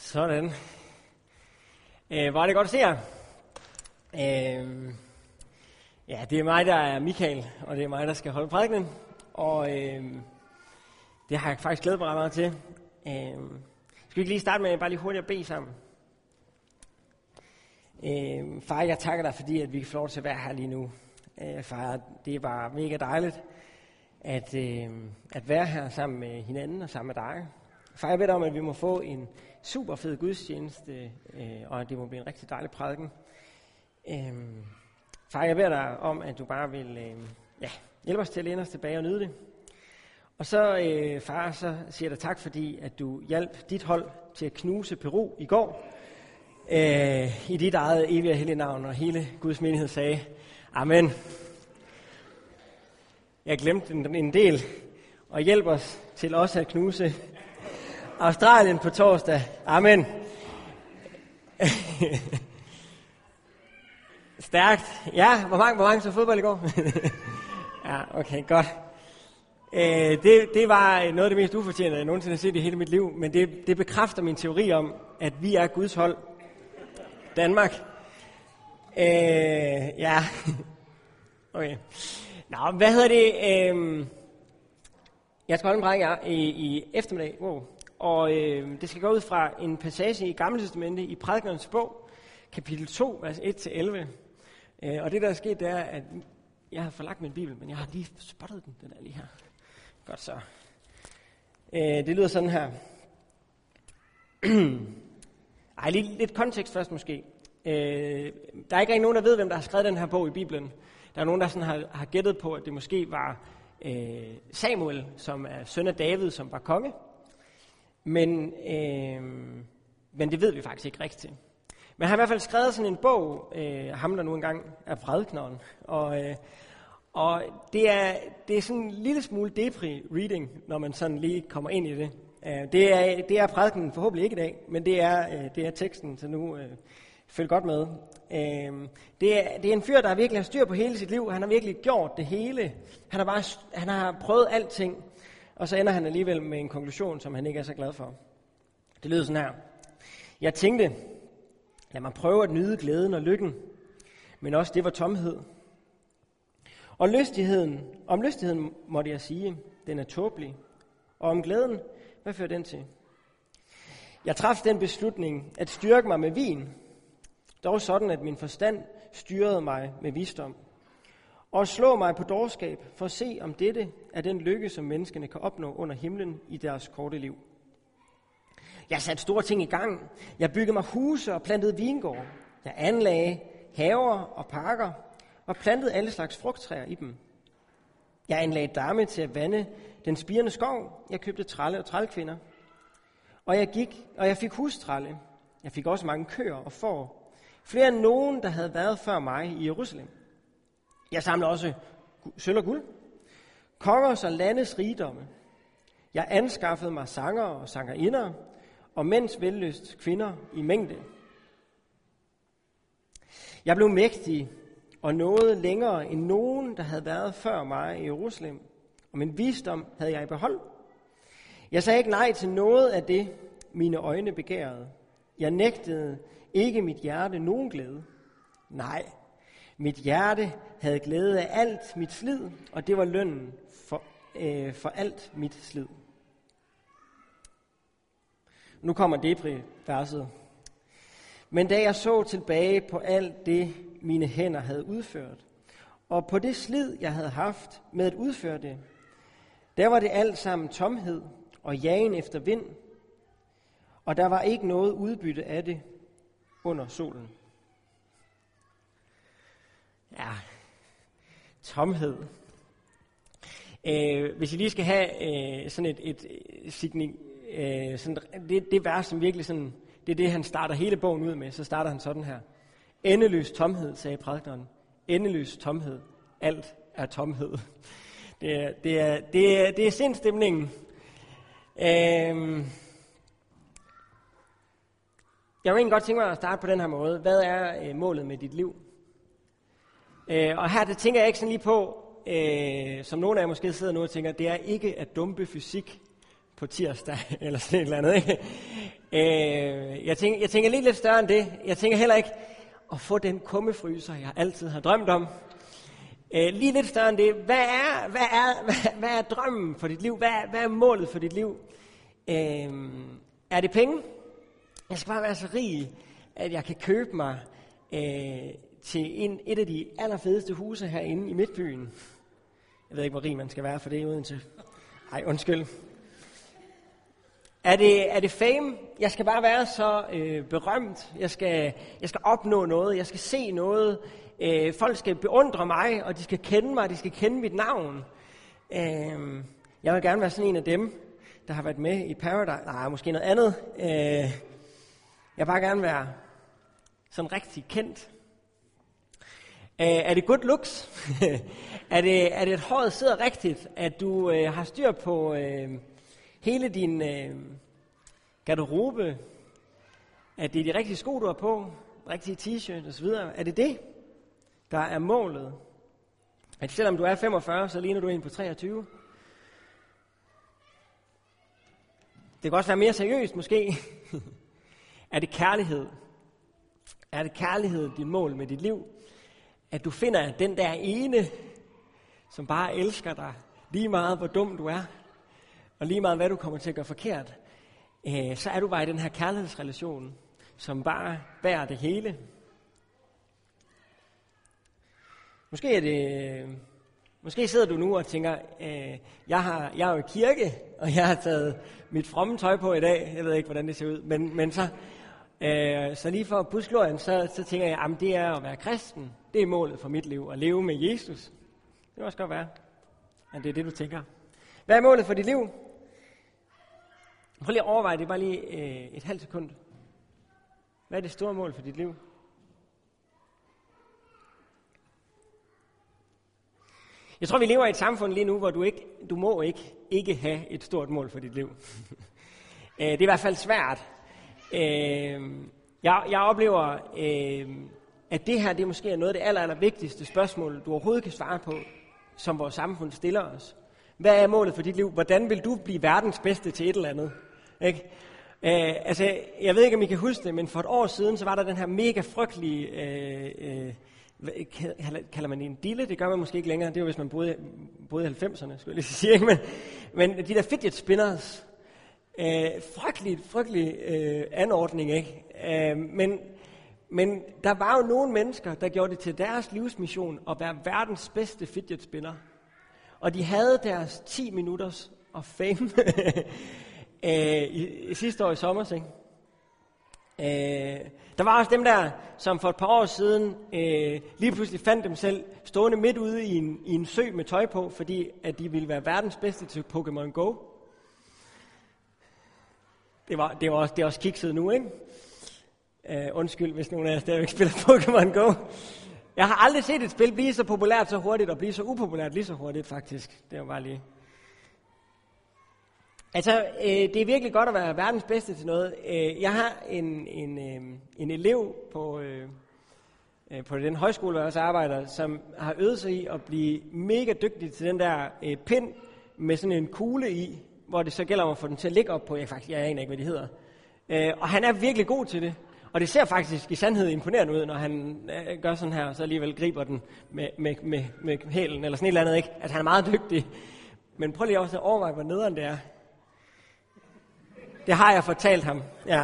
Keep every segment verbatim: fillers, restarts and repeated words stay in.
Sådan. Øh, hvor er det godt at se jer. Øh, ja, det er mig, der er Michael, og det er mig, der skal holde prædikenen. Og øh, det har jeg faktisk glædet mig ret meget til. Øh, skal vi ikke lige starte med bare lige hurtigt at bede sammen? Øh, far, jeg takker dig, fordi at vi kan få lov til at være her lige nu. Øh, far, det var mega dejligt at, øh, at være her sammen med hinanden og sammen med dig. Far, jeg beder dig om, at vi må få en super fed gudstjeneste, øh, og at det må blive en rigtig dejlig prædiken. Øh, far, jeg beder dig om, at du bare vil øh, ja, hjælpe os til at læne os tilbage og nyde det. Og så, øh, far, så siger jeg dig tak, fordi at du hjalp dit hold til at knuse Peru i går. Øh, I dit eget evige og hellige navn, og hele Guds menighed sagde, amen. Jeg glemte en, en del, og hjælp os til også at knuse Australien på torsdag. Amen. Stærkt. Ja, hvor mange, hvor mange så fodbold i går? Ja, okay, godt. Øh, det, det var noget af det mest ufortjente, jeg nogensinde har set i hele mit liv, men det, det bekræfter min teori om, at vi er Guds hold. Danmark. Øh, ja. Okay. Nå, hvad hedder det? Øh, jeg skal holde en prædiken i, i eftermiddag. Wow. Og øh, det skal gå ud fra en passage i Gamle Testamente i Prædikernes bog, kapitel to, vers et til elleve. Øh, og det, der er sket, det er, at jeg har forlagt min bibel, men jeg har lige spottet den. Den er lige her. Godt så. Øh, det lyder sådan her. Ej, lige lidt kontekst først måske. Øh, der er ikke rigtig nogen, der ved, hvem der har skrevet den her bog i Bibelen. Der er nogen, der sådan har, har gættet på, at det måske var øh, Samuel, som er søn af David, som var konge. Men, øh, men det ved vi faktisk ikke rigtigt. Men han har i hvert fald skrevet sådan en bog, øh, ham der nu engang er prædikneren. Og, øh, og det, er, det er sådan en lille smule depri-reading, når man sådan lige kommer ind i det. Uh, det, er, det er prædikenen forhåbentlig ikke i dag, men det er, uh, det er teksten, så nu uh, følg godt med. Uh, det, er, det er en fyr, der virkelig har styr på hele sit liv. Han har virkelig gjort det hele. Han har, bare, han har prøvet alting. Og så ender han alligevel med en konklusion, som han ikke er så glad for. Det lyder sådan her. Jeg tænkte, lad mig prøve at nyde glæden og lykken, men også det var tomhed. Og lystigheden, om lystigheden måtte jeg sige, den er tåbelig. Og om glæden, hvad fører den til? Jeg traf den beslutning at styrke mig med vin, dog sådan, at min forstand styrede mig med visdom. Og slå mig på dårskab for at se, om dette er den lykke, som menneskene kan opnå under himlen i deres korte liv. Jeg satte store ting i gang. Jeg byggede mig huse og plantede vingårde. Jeg anlagde haver og parker og plantede alle slags frugttræer i dem. Jeg anlagde damme til at vande den spirende skov. Jeg købte trælle og trælkvinder. Og jeg gik, og jeg fik hustrælle. Jeg fik også mange køer og får. Flere end nogen, der havde været før mig i Jerusalem. Jeg samlede også sølv og guld, kongers og landes rigdomme. Jeg anskaffede mig sanger og sangerinder, og mænds vellyst kvinder i mængde. Jeg blev mægtig og nåede længere end nogen, der havde været før mig i Jerusalem, og min visdom havde jeg i behold. Jeg sagde ikke nej til noget af det, mine øjne begærede. Jeg nægtede ikke mit hjerte nogen glæde. Nej, mit hjerte havde glæde af alt mit slid, og det var lønnen for, øh, for alt mit slid. Nu kommer Depri-verset. Men da jeg så tilbage på alt det, mine hænder havde udført, og på det slid, jeg havde haft med at udføre det, der var det alt sammen tomhed og jagen efter vind, og der var ikke noget udbytte af det under solen. Ja, tomhed. Øh, hvis I lige skal have øh, sådan et, et, et signing, øh, sådan, det, det vers, som virkelig sådan, det er det, han starter hele bogen ud med, så starter han sådan her. Endeløs tomhed, sagde prædikeren. Endeløs tomhed. Alt er tomhed. Det er, det er, det er, det er sindstemningen. Øh, jeg vil egentlig godt tænke mig at starte på den her måde. Hvad er øh, målet med dit liv? Øh, og her det tænker jeg ikke sådan lige på, øh, som nogle af jer måske sidder nu og tænker, det er ikke at dumpe fysik på tirsdag, eller sådan et eller andet, ikke? Øh, jeg, tænker, jeg tænker lige lidt større end det. Jeg tænker heller ikke at få den kummefryser, jeg altid har drømt om. Øh, lige lidt større end det. Hvad er, hvad er, hvad, hvad er drømmen for dit liv? Hvad er, hvad er målet for dit liv? Øh, er det penge? Jeg skal bare være så rig, at jeg kan købe mig øh, til en, et af de allerfedeste huse herinde i Midtbyen. Jeg ved ikke, hvor rig man skal være for det i Odense. Ej, undskyld. Er det, er det fame? Jeg skal bare være så øh, berømt. Jeg skal, jeg skal opnå noget. Jeg skal se noget. Øh, folk skal beundre mig, og de skal kende mig. De skal kende mit navn. Øh, jeg vil gerne være sådan en af dem, der har været med i Paradise. Nej, måske noget andet. Øh, jeg vil bare gerne være sådan rigtig kendt. Øh, er det good looks? er, det, er det, at håret sidder rigtigt? At du øh, har styr på øh, hele din øh, garderobe? At det er de rigtige sko, du har på? Rigtige t-shirt osv.? Er det det, der er målet? At selvom du er femogfyrre, så ligner du en på treogtyve? Det kan også være mere seriøst måske. Er det kærlighed? Er det kærlighed, dit mål med dit liv? At du finder den der ene, som bare elsker dig, lige meget hvor dum du er, og lige meget hvad du kommer til at gøre forkert, øh, så er du bare i den her kærlighedsrelation, som bare bærer det hele. Måske er det, måske sidder du nu og tænker, øh, jeg, har, jeg er jo i kirke, og jeg har taget mit fromme tøj på i dag. Jeg ved ikke, hvordan det ser ud, men, men så, øh, så lige for at puske glorien, så, så tænker jeg, at det er at være kristen. Det er målet for mit liv, at leve med Jesus. Det kan også godt være, at det er det, du tænker. Hvad er målet for dit liv? Prøv lige at overveje det bare lige øh, et halvt sekund. Hvad er det store mål for dit liv? Jeg tror, vi lever i et samfund lige nu, hvor du ikke, du må ikke, ikke have et stort mål for dit liv. Det er i hvert fald svært. Jeg, jeg oplever, at det her det måske er noget af det aller, aller vigtigste spørgsmål, du overhovedet kan svare på, som vores samfund stiller os. Hvad er målet for dit liv? Hvordan vil du blive verdens bedste til et eller andet? Ikke? Uh, altså, jeg ved ikke, om I kan huske det, men for et år siden, så var der den her mega frygtelige, uh, uh, kalder man det en dille? Det gør man måske ikke længere. Det var, hvis man boede, boede i halvfemserne, skulle jeg lige sige. Ikke? Men, men de der fidget spinners, uh, frygtelig, frygtelig uh, anordning, ikke? Uh, men, men der var jo nogle mennesker, der gjorde det til deres livsmission at være verdens bedste fidget spinner. Og de havde deres ti minutters of fame øh, i, i sidste år i sommer, ikke? Øh, der var også dem der, som for et par år siden øh, lige pludselig fandt dem selv stående midt ude i en, i en sø med tøj på, fordi at de ville være verdens bedste til Pokémon Go. Det var, det var også, det er også kikset nu, ikke? Øh, undskyld, hvis nogen af jer stadigvæk spiller Pokémon Go. Jeg har aldrig set et spil blive så populært så hurtigt, og blive så upopulært lige så hurtigt, faktisk. Det var bare lige... Altså, øh, det er virkelig godt at være verdens bedste til noget. Øh, jeg har en, en, øh, en elev på, øh, på den højskole, hvor jeg også arbejder, som har øvet sig i at blive mega dygtig til den der øh, pind med sådan en kugle i, hvor det så gælder om at få den til at ligge op på. Jeg, faktisk, jeg aner ikke, hvad de hedder. Øh, og han er virkelig god til det. Og det ser faktisk i sandhed imponerende ud, når han øh, gør sådan her, og så alligevel griber den med, med, med, med hælen, eller sådan et eller andet, ikke? Altså, han er meget dygtig. Men prøv lige også at overveje, hvor nederen det er. Det har jeg fortalt ham, ja.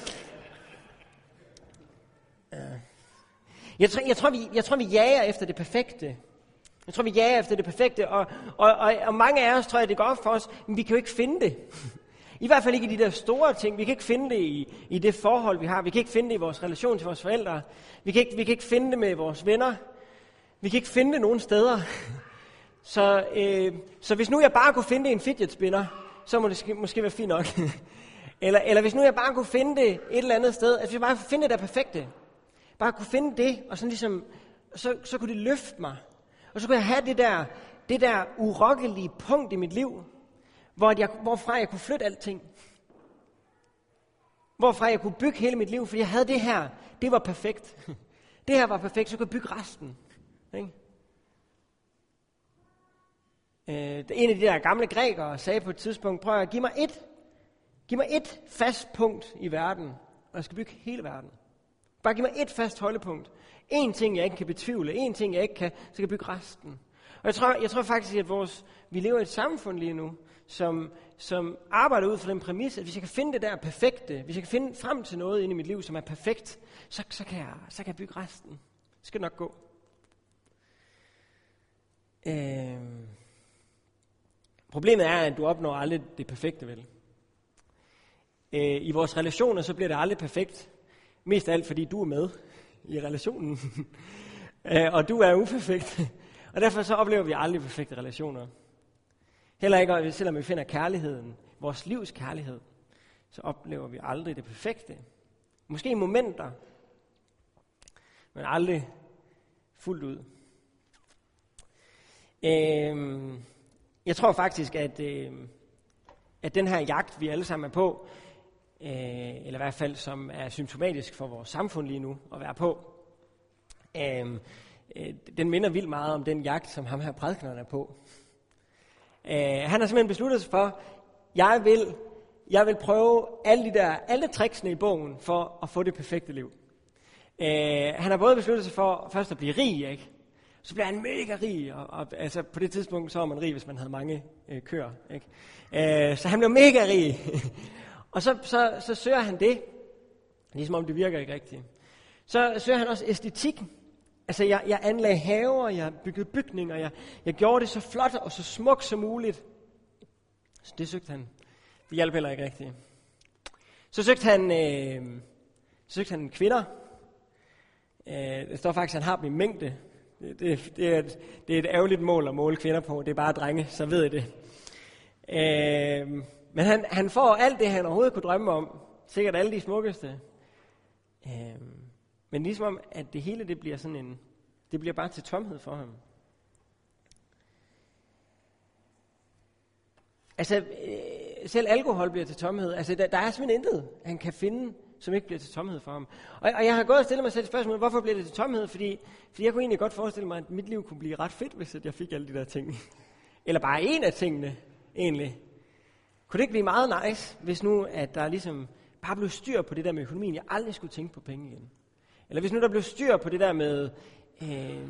Jeg tror, jeg, tror, vi, jeg tror, vi jager efter det perfekte. Jeg tror, vi jager efter det perfekte, og, og, og, og mange af os tror jeg, det går op for os, men vi kan jo ikke finde det. I hvert fald ikke i de der store ting. Vi kan ikke finde det i, i det forhold, vi har. Vi kan ikke finde det i vores relation til vores forældre. Vi kan ikke, vi kan ikke finde det med vores venner. Vi kan ikke finde det nogen steder. Så, øh, så hvis nu jeg bare kunne finde det i en fidget spinner, så må det måske være fint nok. eller, eller hvis nu jeg bare kunne finde det et eller andet sted, altså hvis jeg bare kunne finde det der perfekte, bare kunne finde det, og sådan ligesom, så, så kunne det løfte mig. Og så kunne jeg have det der, det der urokkelige punkt i mit liv, hvor jeg, hvorfra jeg kunne flytte alting. Hvorfra jeg kunne bygge hele mit liv, fordi jeg havde det her, det var perfekt. Det her var perfekt, så kunne jeg bygge resten. Ikke? Øh, en af de der gamle grækere sagde på et tidspunkt, prøv at give mig et Giv mig et fast punkt i verden, og jeg skal bygge hele verden. Bare giv mig et fast holdepunkt. En ting, jeg ikke kan betvivle. En ting, jeg ikke kan, så kan jeg bygge resten. Og jeg tror, jeg tror faktisk, at vores, vi lever i et samfund lige nu, som, som arbejder ud fra den præmis, at hvis jeg kan finde det der perfekte, hvis jeg kan finde frem til noget inde i mit liv, som er perfekt, så, så, kan, jeg, så kan jeg bygge resten. Det skal nok gå. Øh... Problemet er, at du opnår aldrig det perfekte, vel? Øh, I vores relationer, så bliver det aldrig perfekt. Mest af alt, fordi du er med i relationen. øh, og du er uperfekt. Og derfor så oplever vi aldrig perfekte relationer. Heller ikke, selvom vi finder kærligheden, vores livs kærlighed, så oplever vi aldrig det perfekte. Måske i momenter, men aldrig fuldt ud. Øh, Jeg tror faktisk, at, øh, at den her jagt, vi alle sammen er på, øh, eller i hvert fald som er symptomatisk for vores samfund lige nu at være på, øh, øh, den minder vildt meget om den jagt, som ham her prædikeren er på. Øh, han har simpelthen besluttet sig for, jeg vil, jeg vil prøve alle de der, alle tricksene i bogen for at få det perfekte liv. Øh, han har både besluttet sig for først at blive rig, ikke? Så bliver han mega rig, og, og altså på det tidspunkt så var man rig, hvis man havde mange øh, køer, ikke? Øh, så han blev mega rig, og så, så, så søger han det, ligesom om det virker ikke rigtigt. Så søger han også æstetik. Altså jeg, jeg anlagde haver, jeg byggede bygninger, jeg, jeg gjorde det så flot og så smukt som muligt. Så det søgte han. Det hjalp heller ikke rigtigt. Så søgte han, øh, så søgte han kvinder. Øh, det står faktisk, at han har dem i mængde. Det, det, det, er et, det er et ærgerligt mål at måle kvinder på. Det er bare drenge, så ved I det. Øh, men han, han får alt det, han overhovedet kunne drømme om. Sikkert alle de smukkeste. Øh, men ligesom om, at det hele det bliver sådan en, det bliver bare til tomhed for ham. Altså, øh, selv alkohol bliver til tomhed. Altså, der, der er simpelthen intet, han kan finde, som ikke bliver til tomhed for ham. Og, og jeg har gået og stillet mig selv spørgsmål, hvorfor bliver det til tomhed? Fordi, fordi jeg kunne egentlig godt forestille mig, at mit liv kunne blive ret fedt, hvis jeg fik alle de der ting. Eller bare en af tingene, egentlig. Kunne det ikke blive meget nice, hvis nu, at der ligesom bare blev styr på det der med økonomien, jeg aldrig skulle tænke på penge igen? Eller hvis nu der blev styr på det der med, øh,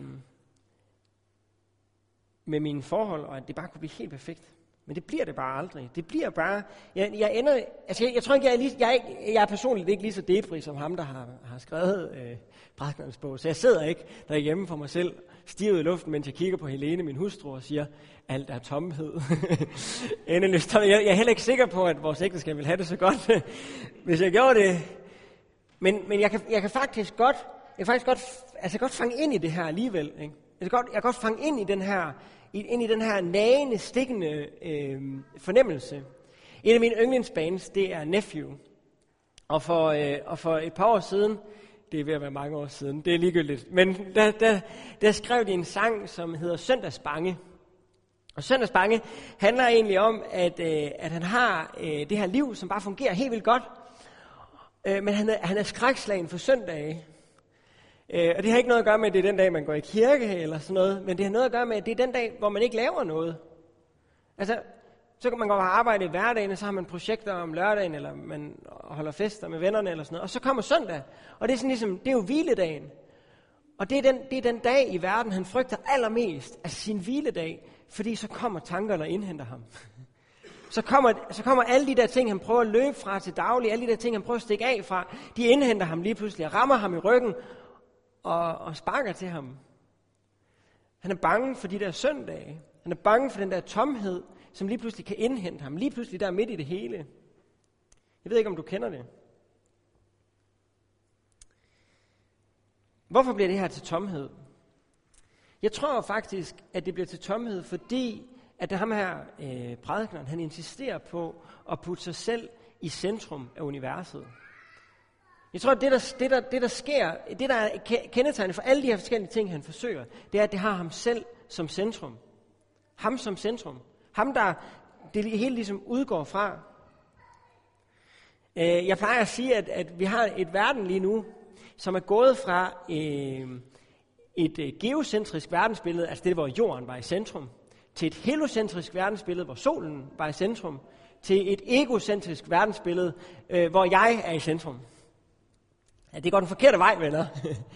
med mine forhold, og at det bare kunne blive helt perfekt. Men det bliver det bare aldrig. Det bliver bare... Jeg, jeg ender... Altså, jeg, jeg tror ikke, jeg er, lige, jeg, er, jeg er personligt ikke lige så debrig som ham, der har, har skrevet øh, prædikernes bog. Så jeg sidder ikke derhjemme for mig selv, stivet i luften, mens jeg kigger på Helene, min hustru, og siger, alt er tomhed. Endeløst. Jeg, jeg er heller ikke sikker på, at vores ægteskab vil have det så godt, hvis jeg gjorde det. Men, men jeg, kan, jeg kan faktisk godt... Jeg kan faktisk godt, altså godt fange ind i det her alligevel. Ikke? Jeg, kan godt, jeg kan godt fange ind i den her... ind i den her nagende, stikkende øh, fornemmelse. En af mine yndlingsbands, det er Nephew. Og for, øh, og for et par år siden, det er ved at være mange år siden, det er ligegyldigt, men der, der, der skrev de en sang, som hedder Søndagsbange. Og Søndagsbange handler egentlig om, at, øh, at han har øh, det her liv, som bare fungerer helt vildt godt, øh, men han er, han er skrækslagen for søndage. Øh, og det har ikke noget at gøre med, at det er den dag, man går i kirke eller sådan noget, men det har noget at gøre med, at det er den dag, hvor man ikke laver noget. Altså, så kan man gå og arbejde i hverdagen, og så har man projekter om lørdagen, eller man holder fester med vennerne eller sådan noget, og så kommer søndag, og det er sådan ligesom, det er jo hviledagen. Og det er den, det er den dag i verden, han frygter allermest af sin hviledag, fordi så kommer tankerne og indhenter ham. Så kommer, så kommer alle de der ting, han prøver at løbe fra til daglig, alle de der ting, han prøver at stikke af fra, de indhenter ham lige pludselig og rammer ham i ryggen, Og, og sparker til ham. Han er bange for de der søndage. Han er bange for den der tomhed, som lige pludselig kan indhente ham. Lige pludselig der midt i det hele. Jeg ved ikke, om du kender det. Hvorfor bliver det her til tomhed? Jeg tror faktisk, at det bliver til tomhed, fordi at det ham her øh, prædikeren, han insisterer på at putte sig selv i centrum af universet. Jeg tror, at det der, det, der, det, der sker, det der er kendetegnet for alle de her forskellige ting, han forsøger, det er, at det har ham selv som centrum. Ham som centrum. Ham, der det hele ligesom udgår fra. Jeg plejer at sige, at, at vi har et verden lige nu, som er gået fra øh, et geocentrisk verdensbillede, altså det, hvor jorden var i centrum, til et heliocentrisk verdensbillede, hvor solen var i centrum, til et egocentrisk verdensbillede, øh, hvor jeg er i centrum. Ja, det går den forkerte vej, venner.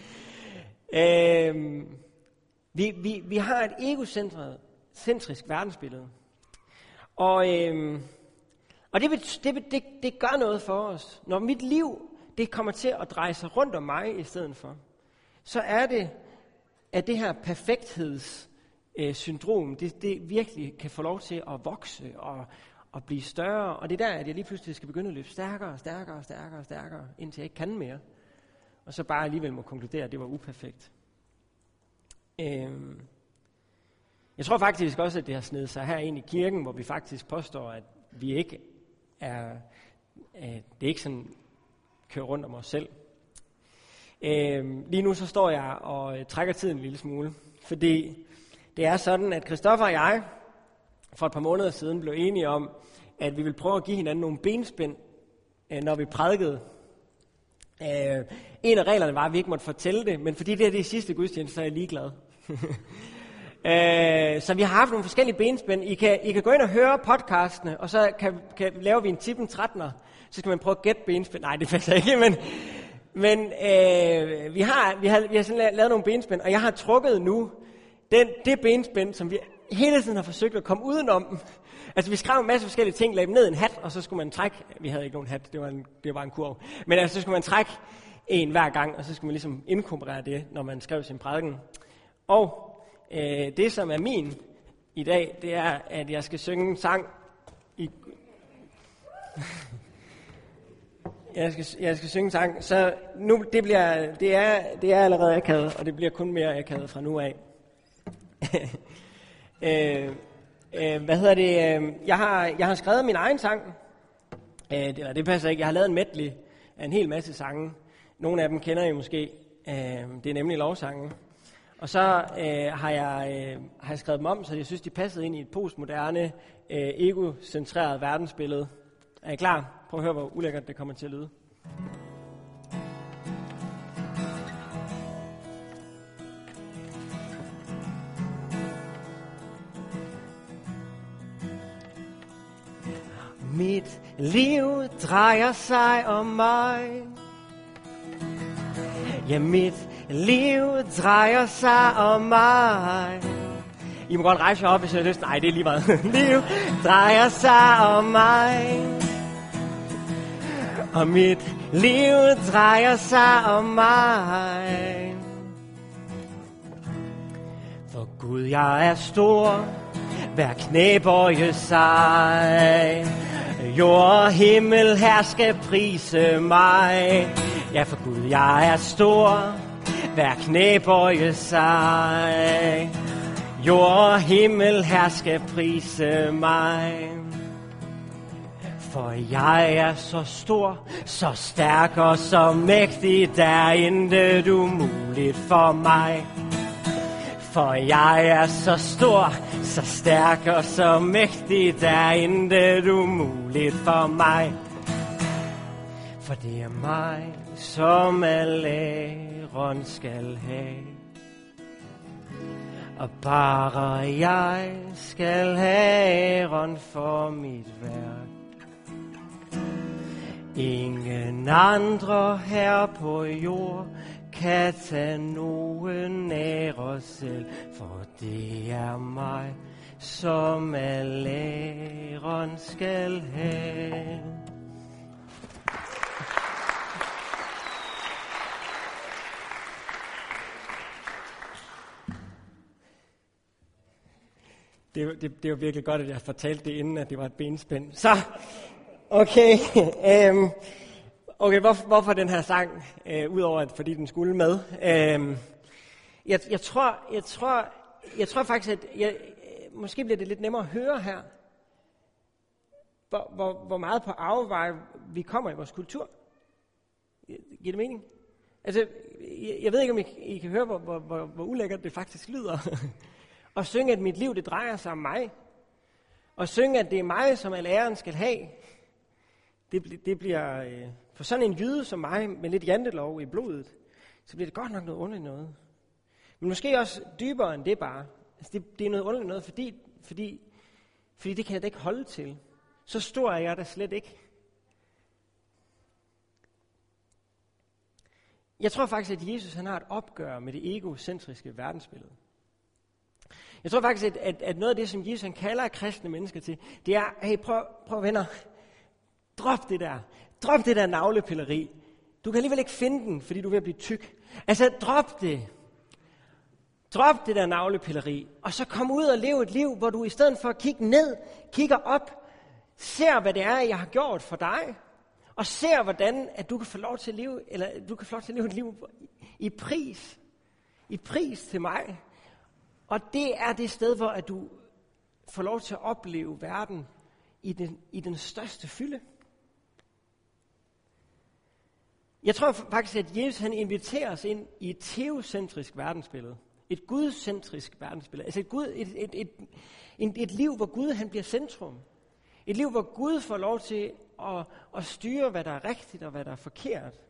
øh, vi, vi, vi har et egocentrisk verdensbillede. Og, øh, og det, det, det, det gør noget for os. Når mit liv det kommer til at dreje sig rundt om mig i stedet for, så er det, at det her perfekthedssyndrom, det, det virkelig kan få lov til at vokse og, og blive større. Og det er der, at jeg lige pludselig skal begynde at løbe stærkere og stærkere og stærkere og stærkere, indtil jeg ikke kan mere. Og så bare alligevel må konkludere, at det var uperfekt. Øhm. Jeg tror faktisk også, at det har snedet sig her ind i kirken, hvor vi faktisk påstår, at vi ikke er, at det ikke sådan kører rundt om os selv. Øhm, lige nu så står jeg og øh, trækker tiden en lille smule, fordi det er sådan, at Christoffer og jeg for et par måneder siden blev enige om, at vi ville prøve at give hinanden nogle benspænd, øh, når vi prædikede. Øh, en af reglerne var, at vi ikke måtte fortælle det, men fordi det er det sidste gudstjeneste, så er jeg ligeglad. øh, så vi har haft nogle forskellige benspænd. I kan, I kan gå ind og høre podcastene, og så kan, kan, laver vi en tippen trettener. Så skal man prøve at gætte benspænd. Nej, det passer ikke, men... Men øh, vi har vi har vi har sådan lavet nogle benspænd, og jeg har trukket nu den det benspænd, som vi hele tiden har forsøgt at komme udenom. Altså vi skrev en masse forskellige ting, lagde dem ned i en hat, og så skulle man trække. Vi havde ikke nogen hat, det var en det var en kurv. Men altså så skulle man trække en hver gang, og så skulle man ligesom inkorporere det, når man skrev sin prædiken. Og øh, det som er min i dag, det er at jeg skal synge en sang i Jeg skal, jeg skal synge en sang, så nu, det, bliver, det, er, det er allerede akavet, og det bliver kun mere akavet fra nu af. øh, øh, hvad hedder det? Jeg har, jeg har skrevet min egen sang. Øh, det, eller det passer ikke. Jeg har lavet en medley af en hel masse sange. Nogle af dem kender I måske. Øh, det er nemlig lovsange. Og så øh, har, jeg, øh, har jeg skrevet dem om, så jeg synes, de passede ind i et postmoderne, øh, egocentreret verdensbillede. Er I klar? Prøv at høre, hvor ulækkert det kommer til at lyde. Mit liv drejer sig om mig. Ja, mit liv drejer sig om mig. I må godt rejse jer op, hvis jeg har lyst. Nej, det er lige meget. Liv drejer sig om mig. Og mit liv drejer sig om mig. For Gud, jeg er stor, hver knæ bøje sig. Jord og himmel her skal prise mig. Ja, for Gud, jeg er stor, hver knæ bøje sig. Jord og himmel her skal prise mig. For jeg er så stor, så stærk og så mægtig, der er intet umuligt for mig. For jeg er så stor, så stærk og så mægtig, der er intet umuligt for mig. For det er mig, som al æren skal have. Og bare jeg skal have æren for mit værk. Ingen andre her på jord kan tage nogen ære selv, for det er mig, som al æren skal have. Det, det, det var virkelig godt, at jeg fortalte det inden, at det var et benspænd. Så, okay. øhm, okay, hvor, hvorfor den her sang? Øh, Udover at fordi den skulle med. Øhm, jeg, jeg, tror, jeg, tror, jeg tror faktisk, at jeg, måske bliver det lidt nemmere at høre her, hvor, hvor, hvor meget på afveje vi kommer i vores kultur. Giver det mening? Altså, jeg, jeg ved ikke, om I, I kan høre, hvor, hvor, hvor, hvor ulækkert det faktisk lyder. Og synge, at mit liv, det drejer sig om mig. Og synge, at det er mig, som al æren skal have. Det, det bliver, øh, for sådan en jyde som mig, med lidt jantelov i blodet, så bliver det godt nok noget underligt noget. Men måske også dybere end det bare. Altså det, det er noget underligt noget, fordi, fordi, fordi det kan jeg da ikke holde til. så stor er jeg da slet ikke. Jeg tror faktisk, at Jesus han har et opgør med det egocentriske verdensbillede. Jeg tror faktisk, at, at, at noget af det, som Jesus han kalder kristne mennesker til, det er, hey, prøv, prøv venner, drop det der. Drop det der navlepilleri. Du kan alligevel ikke finde den, fordi du er ved at blive tyk. Altså, drop det. Drop det der navlepilleri, og så kom ud og leve et liv, hvor du i stedet for at kigge ned, kigger op, ser, hvad det er, jeg har gjort for dig, og ser, hvordan at du kan få lov til at leve, eller du kan få lov til at leve et liv i pris. I pris til mig. Og det er det sted, hvor at du får lov til at opleve verden i den, i den største fylde. Jeg tror faktisk, at Jesus han inviterer os ind i et teocentrisk verdensbillede. Et gudcentrisk verdensbillede. Altså et, Gud, et, et, et, et, et liv, hvor Gud han bliver centrum. Et liv, hvor Gud får lov til at, at styre, hvad der er rigtigt og hvad der er forkert.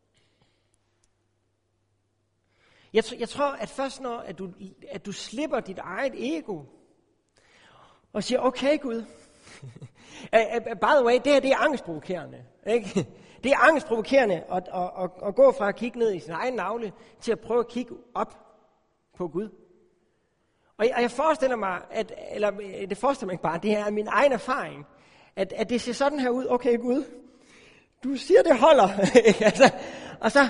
Jeg, jeg tror, at først når at du, at du slipper dit eget ego, og siger, okay Gud, by the way, det her det er angstprovokerende. Ikke? Det er angstprovokerende at, at, at, at gå fra at kigge ned i sin egen navle, til at prøve at kigge op på Gud. Og jeg, og jeg forestiller mig, at, eller det forestiller mig ikke bare, det er min egen erfaring, at, at det ser sådan her ud, okay Gud, du siger det holder, altså, og så,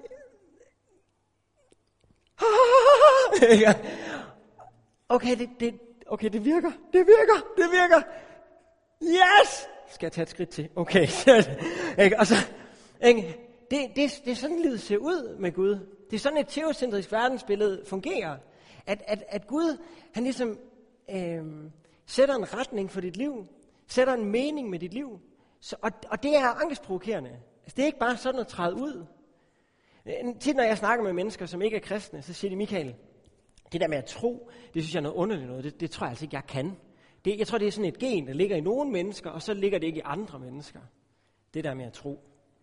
okay det, det, okay, det virker, det virker, det virker, yes! Skal jeg tage et skridt til? Okay, og så, ikke? Det, det, det er sådan, livet ser ud med Gud. Det er sådan, et teocentrisk verdensbillede fungerer. At, at, at Gud, han ligesom øh, sætter en retning for dit liv. Sætter en mening med dit liv. Så, og, og det er angstprovokerende. Altså, det er ikke bare sådan at træde ud. Tit når jeg snakker med mennesker, som ikke er kristne, så siger de, Michael, det der med at tro, det synes jeg er noget underligt noget. Det, det tror jeg altså ikke, jeg kan. Det, jeg tror, det er sådan et gen, der ligger i nogle mennesker, og så ligger det ikke i andre mennesker. Det der med at tro.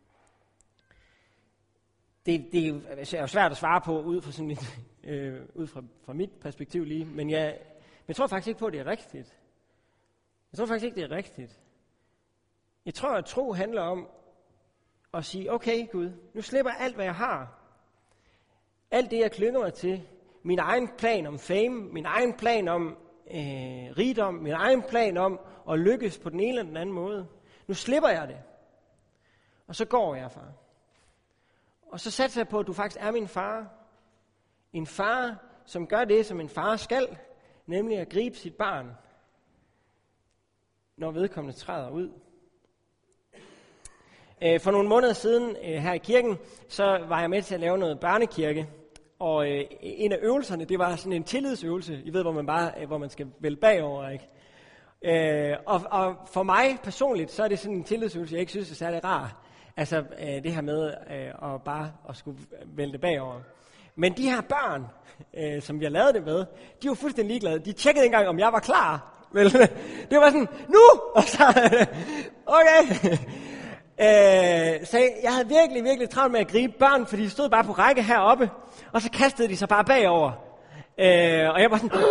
Det, det er jo svært at svare på ud fra, sådan et, øh, ud fra, fra mit perspektiv lige, men jeg, men jeg tror faktisk ikke på, at det er rigtigt. Jeg tror faktisk ikke, det er rigtigt. Jeg tror, at tro handler om at sige, okay Gud, nu slipper jeg alt, hvad jeg har. Alt det, jeg klynger mig til. Min egen plan om fame, min egen plan om øh, rigdom, min egen plan om at lykkes på den ene eller den anden måde. Nu slipper jeg det. Og så går jeg, far. Og så satser jeg på, at du faktisk er min far. En far, som gør det, som en far skal, nemlig at gribe sit barn, når vedkommende træder ud. For nogle måneder siden her i kirken, så var jeg med til at lave noget børnekirke. Og en af øvelserne, det var sådan en tillidsøvelse. I ved, hvor man bare, hvor man skal vælge bagover, ikke? Og, og for mig personligt, så er det sådan en tillidsøvelse, jeg ikke synes er særlig rar. Altså øh, det her med øh, at bare at skulle vælge det bagover. Men de her børn, øh, som vi har lavet det med, de var fuldstændig ligeglade. De tjekkede ikke engang, om jeg var klar. Vel, det var sådan, nu! Og så, okay. øh, så jeg havde virkelig, virkelig travlt med at gribe børn, fordi de stod bare på række heroppe, og så kastede de sig bare bagover. Øh, og jeg var sådan...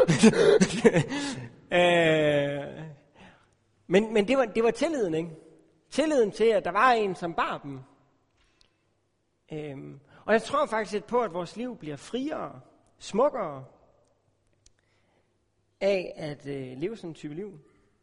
øh, men men det, var, det var tilliden, ikke? Tilliden til, at der var en, som bar dem. Øhm, og jeg tror faktisk på, at vores liv bliver friere, smukkere, af at øh, leve sådan en type liv.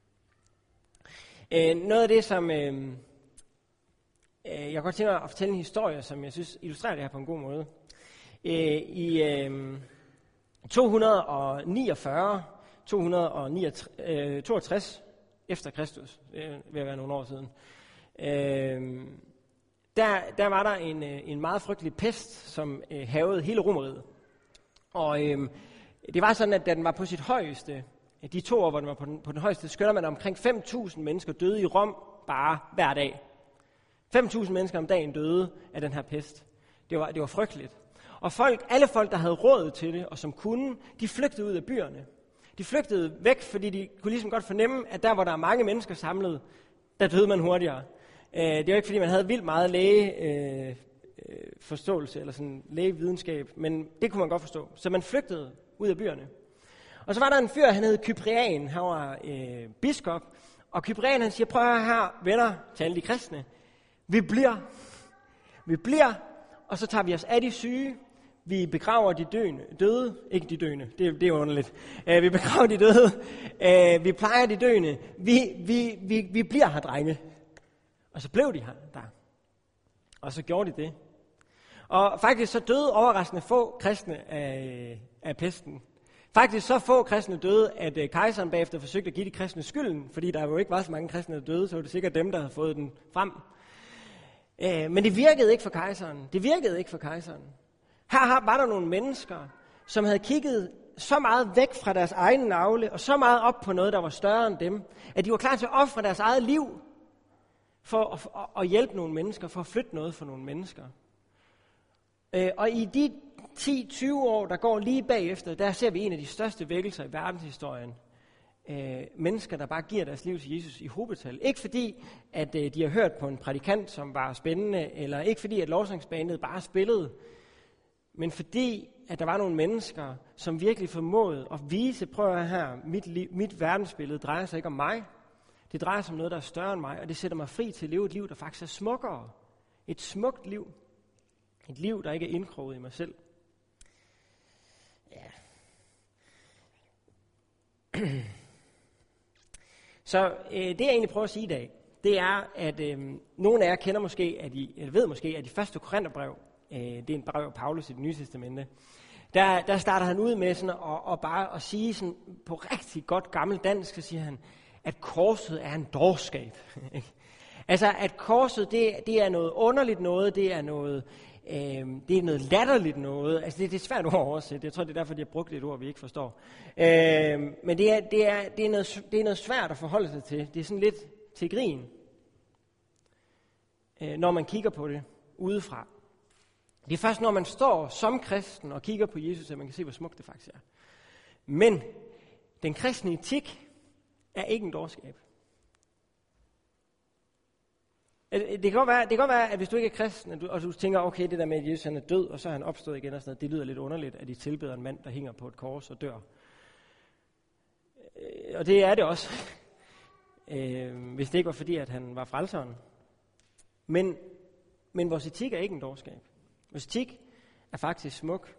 Øh, noget af det, som øh, øh, jeg godt tænker at fortælle en historie, som jeg synes illustrerer det her på en god måde. Øh, I øh, to hundrede niogfyrre, to hundrede toogtres efter Kristus, øh, ved at være nogle år siden, øh, der, der var der en, en meget frygtelig pest, som øh, hærgede hele Romeriet. Og øh, det var sådan, at da den var på sit højeste, de to år, hvor den var på den, på den højeste, skønner man, at omkring fem tusind mennesker døde i Rom bare hver dag. fem tusind mennesker om dagen døde af den her pest. Det var, det var frygteligt. Og folk, alle folk, der havde råd til det, og som kunne, de flygtede ud af byerne. De flygtede væk, fordi de kunne ligesom godt fornemme, at der, hvor der er mange mennesker samlet, der døde man hurtigere. Det var ikke, fordi man havde vildt meget lægeforståelse, eller sådan lægevidenskab, men det kunne man godt forstå. Så man flygtede ud af byerne. Og så var der en fyr, han hed Cyprian, han var øh, biskop, Og Cyprian han siger, prøv at høre her, venner, til alle de kristne. Vi bliver, vi bliver, og så tager vi os af de syge. Vi begraver de døende, døde, ikke de døende, det, det er underligt. Uh, vi begraver de døde, uh, vi plejer de døende, vi, vi, vi, vi bliver her, drenge. Og så blev de her der. Og så gjorde de det. Og faktisk så døde overraskende få kristne af, af pesten. Faktisk så få kristne døde, at uh, kejseren bagefter forsøgte at give de kristne skylden, fordi der jo ikke var så mange kristne, der døde, så var det sikkert dem, der havde fået den frem. Uh, men det virkede ikke for kejseren. Det virkede ikke for kejseren. Her var der nogle mennesker, som havde kigget så meget væk fra deres egen navle, og så meget op på noget, der var større end dem, at de var klar til at ofre deres eget liv for at, at, at hjælpe nogle mennesker, for at flytte noget for nogle mennesker. Og i de ti til tyve år, der går lige bagefter, der ser vi en af de største vækkelser i verdenshistorien. Mennesker, der bare giver deres liv til Jesus i hobetal. Ikke fordi, at de har hørt på en prædikant, som var spændende, eller ikke fordi, at lovsangsbandet bare spillede, men fordi, at der var nogle mennesker, som virkelig formåede at vise, prøv at her, mit, liv, mit verdensbillede drejer sig ikke om mig. Det drejer sig om noget, der er større end mig, og det sætter mig fri til at leve et liv, der faktisk er smukkere. Et smukt liv. Et liv, der ikke er indkroget i mig selv. Ja. Så øh, det, jeg egentlig prøver at sige i dag, det er, at øh, nogle af jer kender måske, at I, eller ved måske, at de første Korintherbrev, det er en brev af Paulus i Det Nye Testamente. Der, der starter han ud med sådan at, og bare at sige sådan på rigtig godt gammel dansk, så siger han, at korset er en dårskab. Altså, at korset, det, det er noget underligt noget, det er noget, øh, det er noget latterligt noget. Altså, det, det er svært ord at oversætte. Jeg tror, det er derfor, de har brugt et ord, vi ikke forstår. Øh, men det er, det, er, det, er noget, det er noget svært at forholde sig til. Det er sådan lidt til grin, øh, når man kigger på det udefra. Det er først, når man står som kristen og kigger på Jesus, at man kan se, hvor smukt det faktisk er. Men den kristne etik er ikke en dårskab. Det kan godt være, det kan godt være at hvis du ikke er kristen, og du tænker, okay, det der med, at Jesus han er død, og så er han opstået igen, og sådan noget, det lyder lidt underligt, at de tilbeder en mand, der hænger på et kors og dør. Og det er det også, hvis det ikke var fordi, at han var frelseren. Men, men vores etik er ikke en dårskab. Vores etik er faktisk smuk.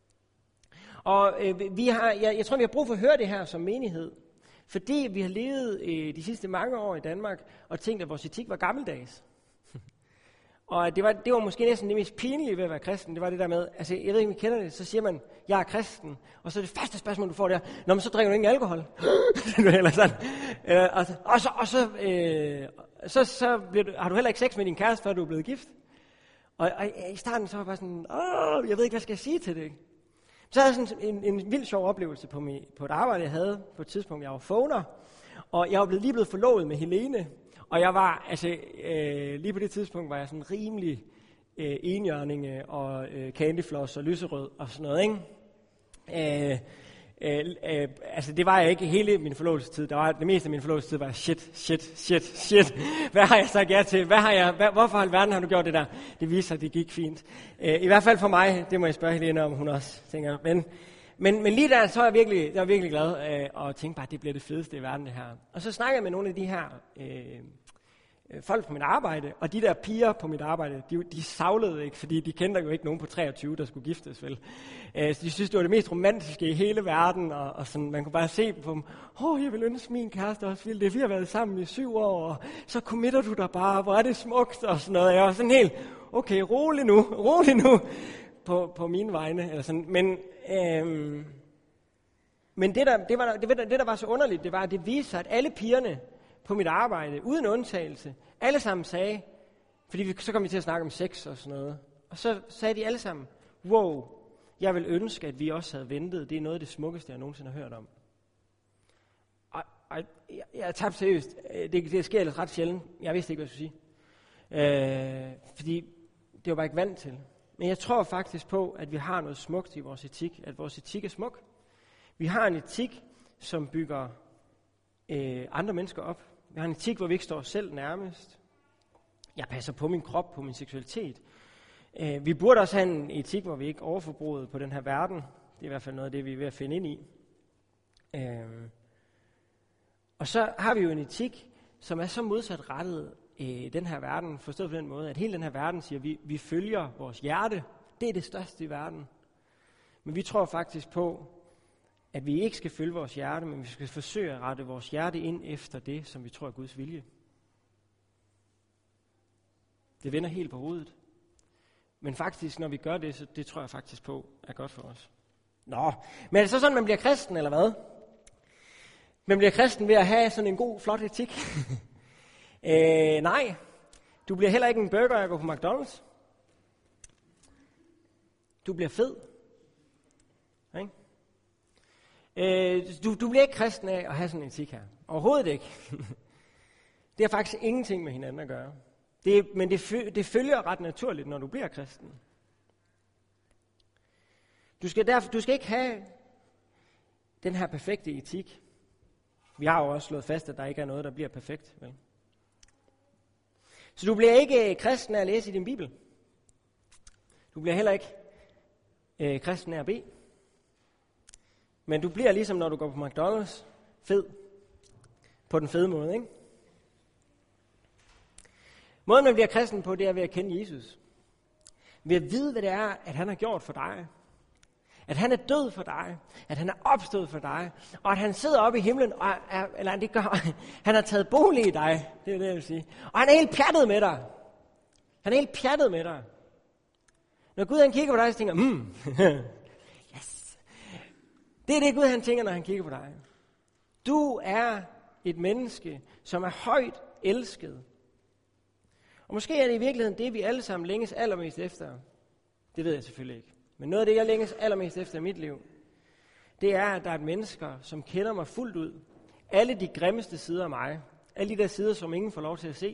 Og øh, vi har, jeg, jeg tror, vi har brug for at høre det her som menighed. Fordi vi har levet øh, de sidste mange år i Danmark og tænkt, at vores etik var gammeldags. Og det var, det var måske næsten det mest pinlige ved at være kristen. Det var det der med, altså jeg ved ikke, om I kender det, så siger man, jeg er kristen. Og så er det første spørgsmål, du får der, nå, men så drikker du ingen alkohol. Eller sådan. Øh, og, og så, og så, øh, så, så bliver du, har du heller ikke sex med din kæreste, før du er blevet gift. Og, og i starten så var jeg bare sådan, åh, jeg ved ikke, hvad skal jeg sige til det. Så havde jeg sådan en, en vild sjov oplevelse på, mi, på et arbejde, jeg havde på et tidspunkt. Jeg var phoner, og jeg var blevet, lige blevet forlovet med Helene. Og jeg var, altså, øh, lige på det tidspunkt var jeg sådan rimelig øh, enhjørning og øh, candyfloss og lyserød og sådan noget, ikke? Øh, øh, øh, altså, det var jeg ikke hele min forlovelsestid. Der var, det meste af min forlovelsestid var shit, shit, shit, shit. Hvad har jeg sagt ja til? Hvad har jeg, hvad, hvorfor i alverden har du gjort det der? Det viser, at det gik fint. Øh, I hvert fald for mig, det må jeg spørge Helene om, hun også tænker. Men, men, men lige der, så er jeg virkelig, jeg var virkelig glad øh, og tænkte bare, at det bliver det fedeste i verden, det her. Og så snakker jeg med nogle af de her øh, folk på mit arbejde, og de der piger på mit arbejde, de, de savlede ikke, fordi de kendte jo ikke nogen på treogtyve, der skulle giftes, vel. Øh, så de synes, det var det mest romantiske i hele verden, og, og sådan, man kunne bare se på dem, åh, oh, jeg vil ønske min kæreste også ville det, vi har været sammen i syv år, og så committer du dig bare, hvor er det smukt, og sådan noget. Jeg var sådan helt, okay, rolig nu, rolig nu, på, på mine vegne, eller sådan, men... Øh, men det der, det, var, det, det, der var så underligt, det var, at det viste sig, at alle pigerne på mit arbejde, uden undtagelse, alle sammen sagde, fordi vi, så kom vi til at snakke om sex og sådan noget, og så sagde de alle sammen, wow, jeg vil ønske, at vi også havde ventet, det er noget af det smukkeste, jeg nogensinde har hørt om. Og, og jeg, jeg tabte seriøst, det, det sker ellers ret sjældent, jeg vidste ikke, hvad jeg skulle sige, øh, fordi det var bare ikke vant til. Men jeg tror faktisk på, at vi har noget smukt i vores etik, at vores etik er smuk. Vi har en etik, som bygger øh, andre mennesker op. Vi har en etik, hvor vi ikke står os selv nærmest. Jeg passer på min krop, på min seksualitet. Øh, vi burde også have en etik, hvor vi ikke overforbruger på den her verden. Det er i hvert fald noget af det, vi er ved at finde ind i. Øh, og så har vi jo en etik, som er så modsatrettet i den her verden, forstået på den måde, at hele den her verden siger, at vi, vi følger vores hjerte. Det er det største i verden. Men vi tror faktisk på, at vi ikke skal følge vores hjerte, men vi skal forsøge at rette vores hjerte ind efter det, som vi tror er Guds vilje. Det vender helt på hovedet. Men faktisk, når vi gør det, så det tror jeg faktisk på er godt for os. Nå, men er det så sådan, man bliver kristen, eller hvad? Man bliver kristen ved at have sådan en god, flot etik? øh, nej, du bliver heller ikke en burger af at gå på McDonald's. Du bliver fed. Okay? Øh, du, du bliver ikke kristen af at have sådan en etik her. Overhovedet ikke. Det har faktisk ingenting med hinanden at gøre. Det, men det, det følger ret naturligt, når du bliver kristen. Du skal, derfor, du skal ikke have den her perfekte etik. Vi har jo også slået fast, at der ikke er noget, der bliver perfekt. Vel? Så du bliver ikke kristen af at læse i din bibel. Du bliver heller ikke øh, kristen af at bede. Men du bliver ligesom, når du går på McDonald's, fed. På den fede måde, ikke? Måden, man bliver kristen på, det er ved at kende Jesus. Ved at vide, hvad det er, at han har gjort for dig. At han er død for dig. At han er opstået for dig. Og at han sidder oppe i himlen, og er, eller det gør, han har taget bolig i dig. Det er det, jeg vil sige. Og han er helt pjattet med dig. Han er helt pjattet med dig. Når Gud han kigger på dig, så tænker mm, yes. Det er det, Gud han tænker, når han kigger på dig. Du er et menneske, som er højt elsket. Og måske er det i virkeligheden det, vi alle sammen længes allermest efter. Det ved jeg selvfølgelig ikke. Men noget af det, jeg længes allermest efter i mit liv, det er, at der er et mennesker, som kender mig fuldt ud. Alle de grimmeste sider af mig. Alle de der sider, som ingen får lov til at se.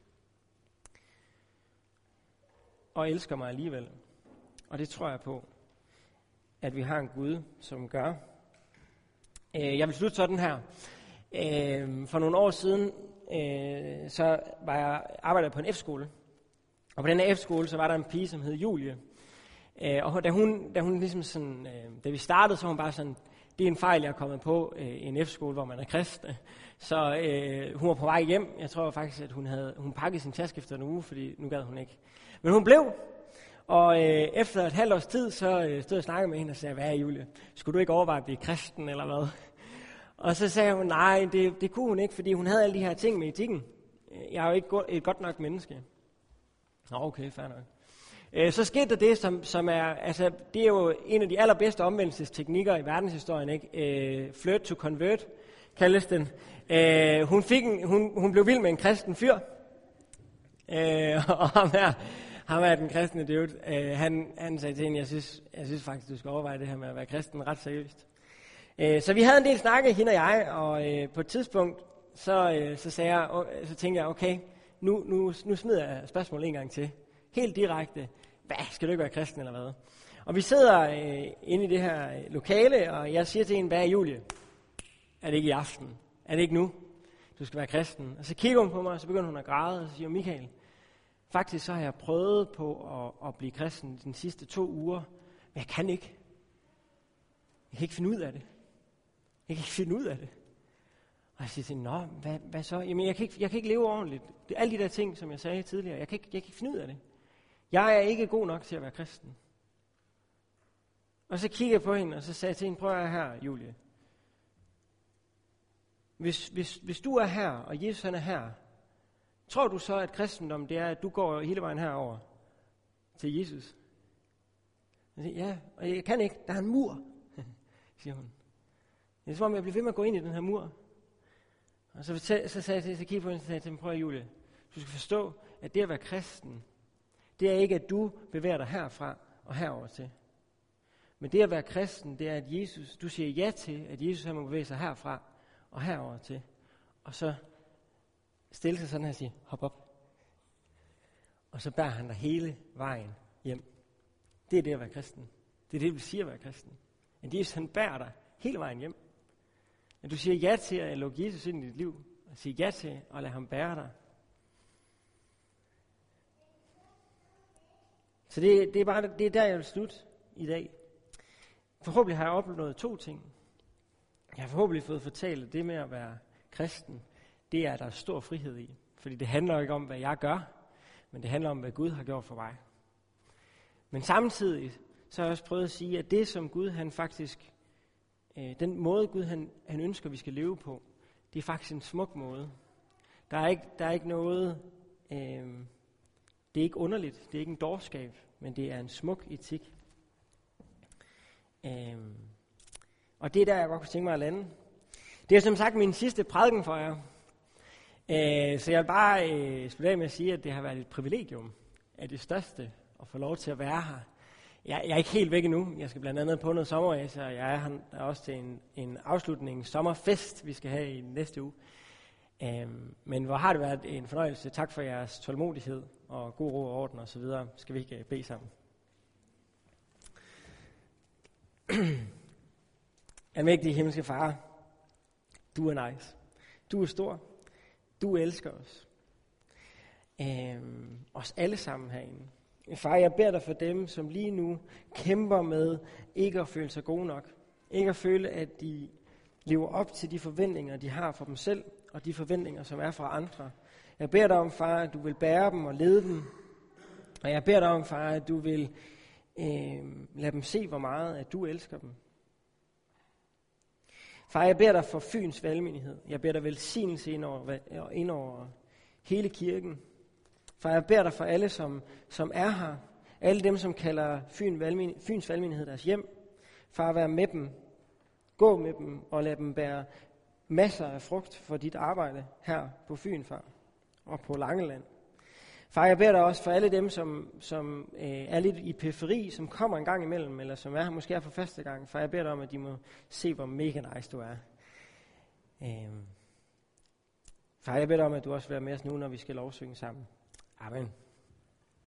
Og elsker mig alligevel. Og det tror jeg på, at vi har en Gud, som gør. Jeg vil slutte sådan her. For nogle år siden, så var jeg arbejdet på en F-skole. Og på den her F-skole, så var der en pige, som hed Julie. Og da hun, da hun ligesom sådan, da vi startede, så var hun bare sådan, det er en fejl, jeg er kommet på i en F-skole, hvor man er kristne. Så øh, hun var på vej hjem. Jeg tror faktisk, at hun havde hun pakkede sin taske efter en uge, fordi nu gad hun ikke. Men hun blev. Og øh, efter et halvt års tid, så øh, stod jeg og snakkede med hende og sagde, hvad er Julie? Skulle du ikke overveje at blive kristen, eller hvad? Og så sagde hun, nej, det, det kunne hun ikke, fordi hun havde alle de her ting med etikken. Jeg er jo ikke et godt nok menneske. Nå, okay, fair nok. Øh, så skete der det, som, som er, altså, det er jo en af de allerbedste omvendelsesteknikker i verdenshistorien, ikke? Øh, flirt to convert, kaldes den. Øh, hun, fik en, hun, hun blev vild med en kristen fyr, øh, og ham her, ham er den kristne dude. Øh, han, han sagde til hende, jeg synes, jeg synes faktisk, du skal overveje det her med at være kristen ret seriøst. Øh, så vi havde en del snakke, hende og jeg, og øh, på et tidspunkt, så, øh, så, sagde jeg, øh, så tænkte jeg, okay, nu, nu, nu smider jeg spørgsmålet en gang til. Helt direkte. Hvad, skal du ikke være kristen eller hvad? Og vi sidder øh, inde i det her lokale, og jeg siger til hende, hvad er Julie? Er det ikke i aften? Er det ikke nu? Du skal være kristen. Og så kigger hun på mig, og så begynder hun at græde, og så siger hun, Michael, faktisk så har jeg prøvet på at, at blive kristen de sidste to uger, men jeg kan ikke. Jeg kan ikke finde ud af det. Jeg kan ikke finde ud af det. Og jeg siger til hende, nå, hvad, hvad så? Jamen, jeg kan, ikke, jeg kan ikke leve ordentligt. Det er alle de der ting, som jeg sagde tidligere. Jeg kan ikke, jeg kan ikke finde ud af det. Jeg er ikke god nok til at være kristen. Og så kiggede jeg på hende, og så sagde jeg til hende, prøv at her, Julie. Hvis, hvis, hvis du er her, og Jesus han er her, tror du så, at kristendom, det er, at du går hele vejen herover til Jesus? Jeg siger, ja, og jeg kan ikke. Der er en mur, siger hun. Det er som om, jeg bliver ved med at gå ind i den her mur. Og så, så sagde jeg til, så kiggede på hende, og sagde til hende, prøv at Julie, du skal forstå, at det at være kristen, det er ikke, at du bevæger dig herfra og herover til. Men det at være kristen, det er, at Jesus, du siger ja til, at Jesus han må bevæge sig herfra og herover til. Og så stille sig sådan her og sige, hop op. Og så bærer han dig hele vejen hjem. Det er det at være kristen. Det er det, vi siger at være kristen. At Jesus han bærer dig hele vejen hjem. At du siger ja til at lukke Jesus ind i dit liv. Og sige ja til at lade ham bære dig. Så det, det, er bare, det er der, jeg vil slutte i dag. Forhåbentlig har jeg opnået to ting. Jeg har forhåbentlig fået fortalt, at det med at være kristen, det er der stor frihed i. Fordi det handler ikke om, hvad jeg gør, men det handler om, hvad Gud har gjort for mig. Men samtidig, så har jeg også prøvet at sige, at det som Gud han faktisk, øh, den måde Gud han, han ønsker, vi skal leve på, det er faktisk en smuk måde. Der er ikke, der er ikke noget, øh, det er ikke underligt, det er ikke en dårskab, men det er en smuk etik. Øh, og det er der, jeg godt kunne tænke mig at lande. Det er som sagt min sidste prædiken for jer. Øh, så jeg vil bare øh, slutte af med at sige, at det har været et privilegium af det største at få lov til at være her. Jeg, jeg er ikke helt væk endnu. Jeg skal blandt andet på noget sommerræse, og jeg er her er også til en, en afslutning, sommerfest, vi skal have i næste uge. Um, men hvor har det været en fornøjelse. Tak for jeres tålmodighed og god ro og orden og så videre. Skal vi ikke bede sammen? Almægtige himmelske Far, du er nice. Du er stor. Du elsker os. Um, os alle sammen herinde. Far, jeg beder dig for dem, som lige nu kæmper med ikke at føle sig gode nok. Ikke at føle, at de lever op til de forventninger, de har for dem selv, og de forventninger, som er fra andre. Jeg beder dig om, far, at du vil bære dem og lede dem. Og jeg beder dig om, far, at du vil øh, lade dem se, hvor meget at du elsker dem. Far, jeg beder dig for Fyns valgmenighed. Jeg beder dig velsignelse ind over, ind over hele kirken. Far, jeg beder dig for alle, som, som er her. Alle dem, som kalder Fyn valgmenighed, Fyns valgmenighed deres hjem. Far, vær med dem. Gå med dem og lad dem bære masser af frugt for dit arbejde her på Fyn, far, og på Langeland. Far, jeg beder dig også for alle dem, som, som øh, er lidt i periferi, som kommer en gang imellem, eller som er her måske er for første gang. Far, jeg beder dig om, at de må se, hvor mega nice du er. Øh. Far, jeg beder dig om, at du også vil være med os nu, når vi skal lovsynge sammen. Amen.